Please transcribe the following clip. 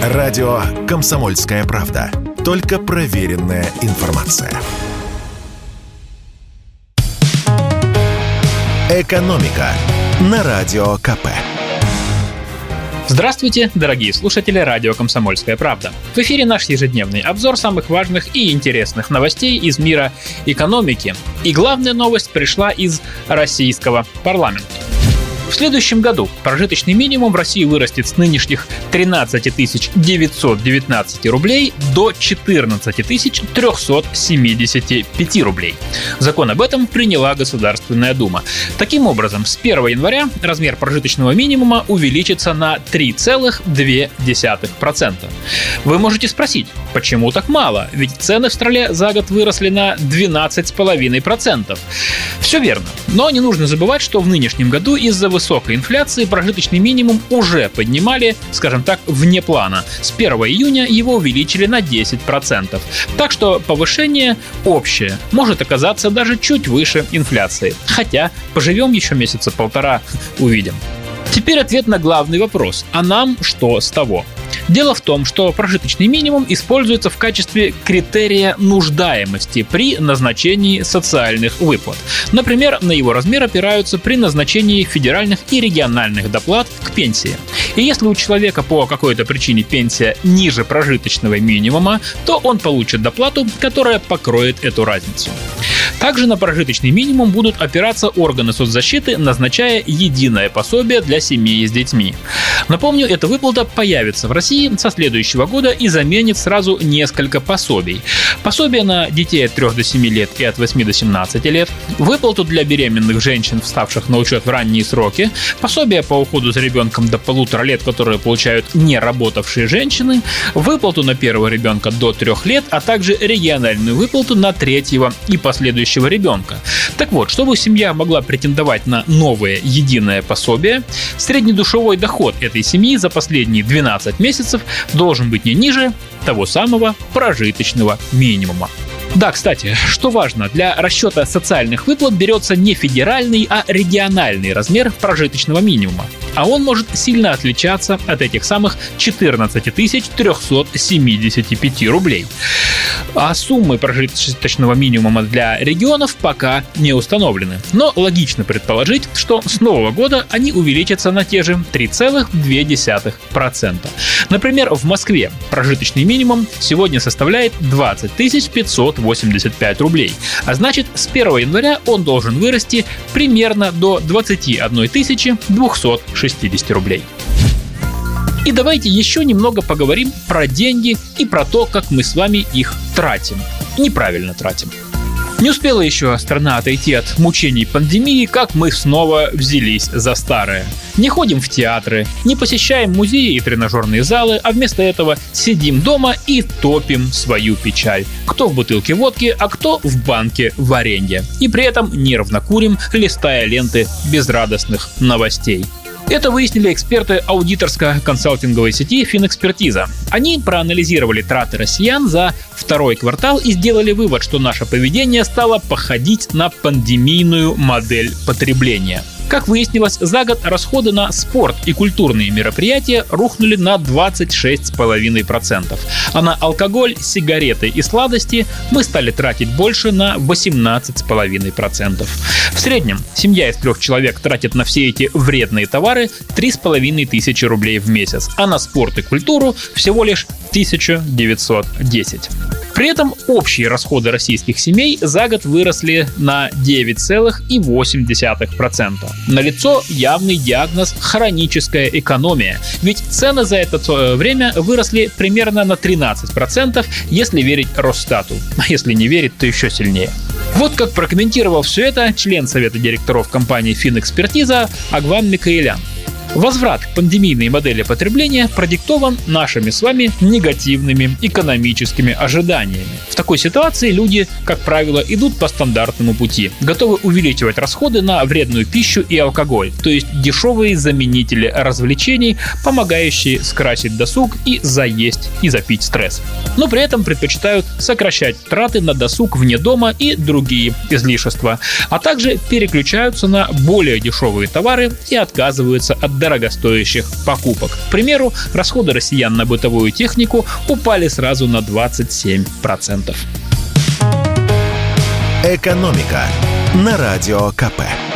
Радио «Комсомольская правда». Только проверенная информация. «Экономика» на Радио КП. Здравствуйте, дорогие слушатели радио «Комсомольская правда». В эфире наш ежедневный обзор самых важных и интересных новостей из мира экономики. И главная новость пришла из российского парламента. В следующем году прожиточный минимум в России вырастет с нынешних 13 919 рублей до 14 375 рублей. Закон об этом приняла Государственная Дума. Таким образом, с 1 января размер прожиточного минимума увеличится на 3,2%. Вы можете спросить, почему так мало? Ведь цены в стране за год выросли на 12,5%. Все верно, но не нужно забывать, что в нынешнем году из-за высокой инфляции прожиточный минимум уже поднимали, скажем так, вне плана. С 1 июня его увеличили на 10%. Так что повышение общее может оказаться даже чуть выше инфляции. Хотя поживем еще месяца полтора, увидим. Теперь ответ на главный вопрос. А нам что с того? Дело в том, что прожиточный минимум используется в качестве критерия нуждаемости при назначении социальных выплат. Например, на его размер опираются при назначении федеральных и региональных доплат к пенсии. И если у человека по какой-то причине пенсия ниже прожиточного минимума, то он получит доплату, которая покроет эту разницу. Также на прожиточный минимум будут опираться органы соцзащиты, назначая единое пособие для семей с детьми. Напомню, эта выплата появится в России со следующего года и заменит сразу несколько пособий. Пособие на детей от 3 до 7 лет и от 8 до 17 лет, выплату для беременных женщин, вставших на учет в ранние сроки, пособие по уходу за ребенком до 1,5 лет, которые получают не работавшие женщины, выплату на первого ребенка до 3 лет, а также региональную выплату на третьего и последующего ребенка. Так вот, чтобы семья могла претендовать на новое единое пособие, среднедушевой доход этой семьи за последние 12 месяцев должен быть не ниже того самого прожиточного минимума. Да, кстати, что важно, для расчета социальных выплат берется не федеральный, а региональный размер прожиточного минимума. А он может сильно отличаться от этих самых 14 375 рублей. А суммы прожиточного минимума для регионов пока не установлены. Но логично предположить, что с нового года они увеличатся на те же 3,2%. Например, в Москве прожиточный минимум сегодня составляет 20 585 рублей. А значит, с 1 января он должен вырасти примерно до 21 260 рублей. И давайте еще немного поговорим про деньги и про то, как мы с вами их тратим. Неправильно тратим. Не успела еще страна отойти от мучений пандемии, как мы снова взялись за старое. Не ходим в театры, не посещаем музеи и тренажерные залы, а вместо этого сидим дома и топим свою печаль. Кто в бутылке водки, а кто в банке варенья. И при этом нервно курим, листая ленты безрадостных новостей. Это выяснили эксперты аудиторско-консалтинговой сети «Финэкспертиза». Они проанализировали траты россиян за второй квартал и сделали вывод, что наше поведение стало походить на пандемийную модель потребления. Как выяснилось, за год расходы на спорт и культурные мероприятия рухнули на 26,5%, а на алкоголь, сигареты и сладости мы стали тратить больше на 18,5%. В среднем семья из 3 человек тратит на все эти вредные товары 3500 рублей в месяц, а на спорт и культуру всего лишь 1910. При этом общие расходы российских семей за год выросли на 9,8%. Налицо явный диагноз «хроническая экономия», ведь цены за это время выросли примерно на 13%, если верить Росстату, а если не верить, то еще сильнее. Вот как прокомментировал все это член совета директоров компании «Финэкспертиза» Агван Микаэлян. Возврат к пандемийной модели потребления продиктован нашими с вами негативными экономическими ожиданиями. В такой ситуации люди, как правило, идут по стандартному пути, готовы увеличивать расходы на вредную пищу и алкоголь, то есть дешевые заменители развлечений, помогающие скрасить досуг и заесть и запить стресс. Но при этом предпочитают сокращать траты на досуг вне дома и другие излишества, а также переключаются на более дешевые товары и отказываются от дорогостоящих покупок. К примеру, расходы россиян на бытовую технику упали сразу на 27%. «Экономика» на Радио КП.